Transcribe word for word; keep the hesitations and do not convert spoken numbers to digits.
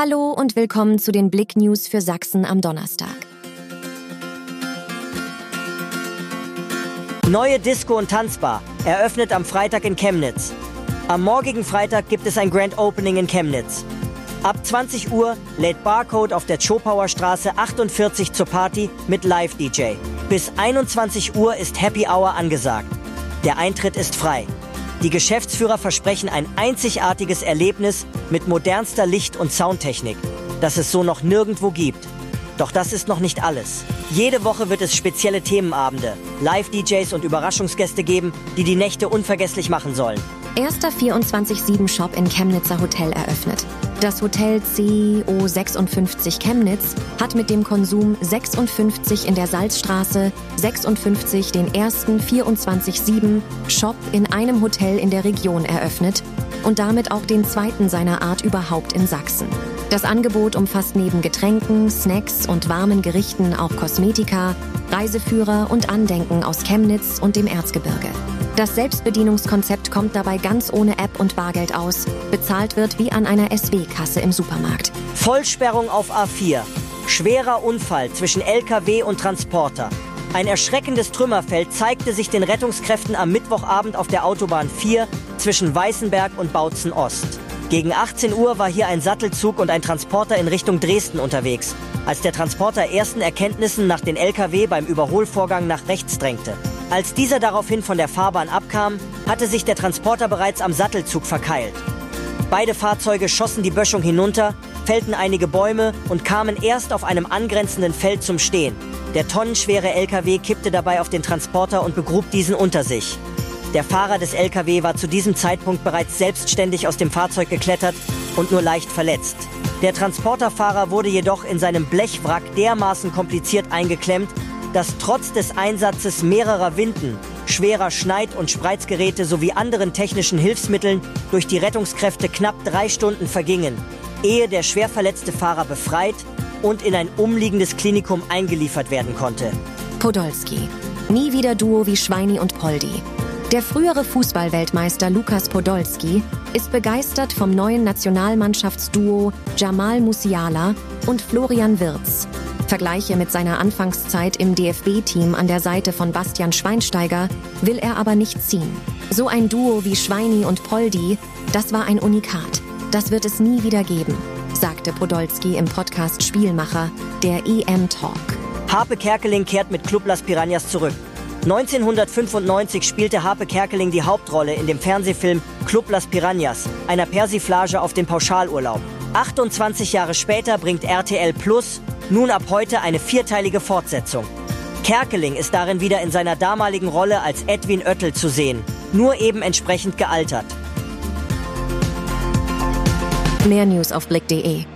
Hallo und willkommen zu den Blick News für Sachsen am Donnerstag. Neue Disco- und Tanzbar eröffnet am Freitag in Chemnitz. Am morgigen Freitag gibt es ein Grand Opening in Chemnitz. Ab zwanzig Uhr lädt Barcode auf der Zschopauer Straße achtundvierzig zur Party mit Live-D J. Bis einundzwanzig Uhr ist Happy Hour angesagt. Der Eintritt ist frei. Die Geschäftsführer versprechen ein einzigartiges Erlebnis mit modernster Licht- und Soundtechnik, das es so noch nirgendwo gibt. Doch das ist noch nicht alles. Jede Woche wird es spezielle Themenabende, Live-D Js und Überraschungsgäste geben, die die Nächte unvergesslich machen sollen. Erster vierundzwanzig sieben Shop in Chemnitzer Hotel eröffnet. Das Hotel C O sechsundfünfzig Chemnitz hat mit dem Konsum sechsundfünfzig in der Salzstraße sechsundfünfzig den ersten vierundzwanzig sieben Shop in einem Hotel in der Region eröffnet und damit auch den zweiten seiner Art überhaupt in Sachsen. Das Angebot umfasst neben Getränken, Snacks und warmen Gerichten auch Kosmetika, Reiseführer und Andenken aus Chemnitz und dem Erzgebirge. Das Selbstbedienungskonzept kommt dabei ganz ohne App und Bargeld aus. Bezahlt wird wie an einer S W-Kasse im Supermarkt. Vollsperrung auf A vier. Schwerer Unfall zwischen L K W und Transporter. Ein erschreckendes Trümmerfeld zeigte sich den Rettungskräften am Mittwochabend auf der Autobahn vier zwischen Weißenberg und Bautzen Ost. Gegen achtzehn Uhr war hier ein Sattelzug und ein Transporter in Richtung Dresden unterwegs, als der Transporter ersten Erkenntnissen nach den L K W beim Überholvorgang nach rechts drängte. Als dieser daraufhin von der Fahrbahn abkam, hatte sich der Transporter bereits am Sattelzug verkeilt. Beide Fahrzeuge schossen die Böschung hinunter, fällten einige Bäume und kamen erst auf einem angrenzenden Feld zum Stehen. Der tonnenschwere L K W kippte dabei auf den Transporter und begrub diesen unter sich. Der Fahrer des L K W war zu diesem Zeitpunkt bereits selbstständig aus dem Fahrzeug geklettert und nur leicht verletzt. Der Transporterfahrer wurde jedoch in seinem Blechwrack dermaßen kompliziert eingeklemmt, dass trotz des Einsatzes mehrerer Winden, schwerer Schneid- und Spreizgeräte sowie anderen technischen Hilfsmitteln durch die Rettungskräfte knapp drei Stunden vergingen, ehe der schwer verletzte Fahrer befreit und in ein umliegendes Klinikum eingeliefert werden konnte. Podolski. Nie wieder Duo wie Schweini und Poldi. Der frühere Fußballweltmeister Lukas Podolski ist begeistert vom neuen Nationalmannschaftsduo Jamal Musiala und Florian Wirtz. Vergleiche mit seiner Anfangszeit im D F B-Team an der Seite von Bastian Schweinsteiger will er aber nicht ziehen. So ein Duo wie Schweini und Poldi, das war ein Unikat. Das wird es nie wieder geben, sagte Podolski im Podcast Spielmacher, der E M-Talk. Harpe Kerkeling kehrt mit Club Las Piranhas zurück. neunzehnhundertfünfundneunzig spielte Harpe Kerkeling die Hauptrolle in dem Fernsehfilm Club Las Piranhas, einer Persiflage auf den Pauschalurlaub. achtundzwanzig Jahre später bringt R T L Plus nun ab heute eine vierteilige Fortsetzung. Kerkeling ist darin wieder in seiner damaligen Rolle als Edwin Oettel zu sehen, nur eben entsprechend gealtert. Mehr News auf blick punkt de.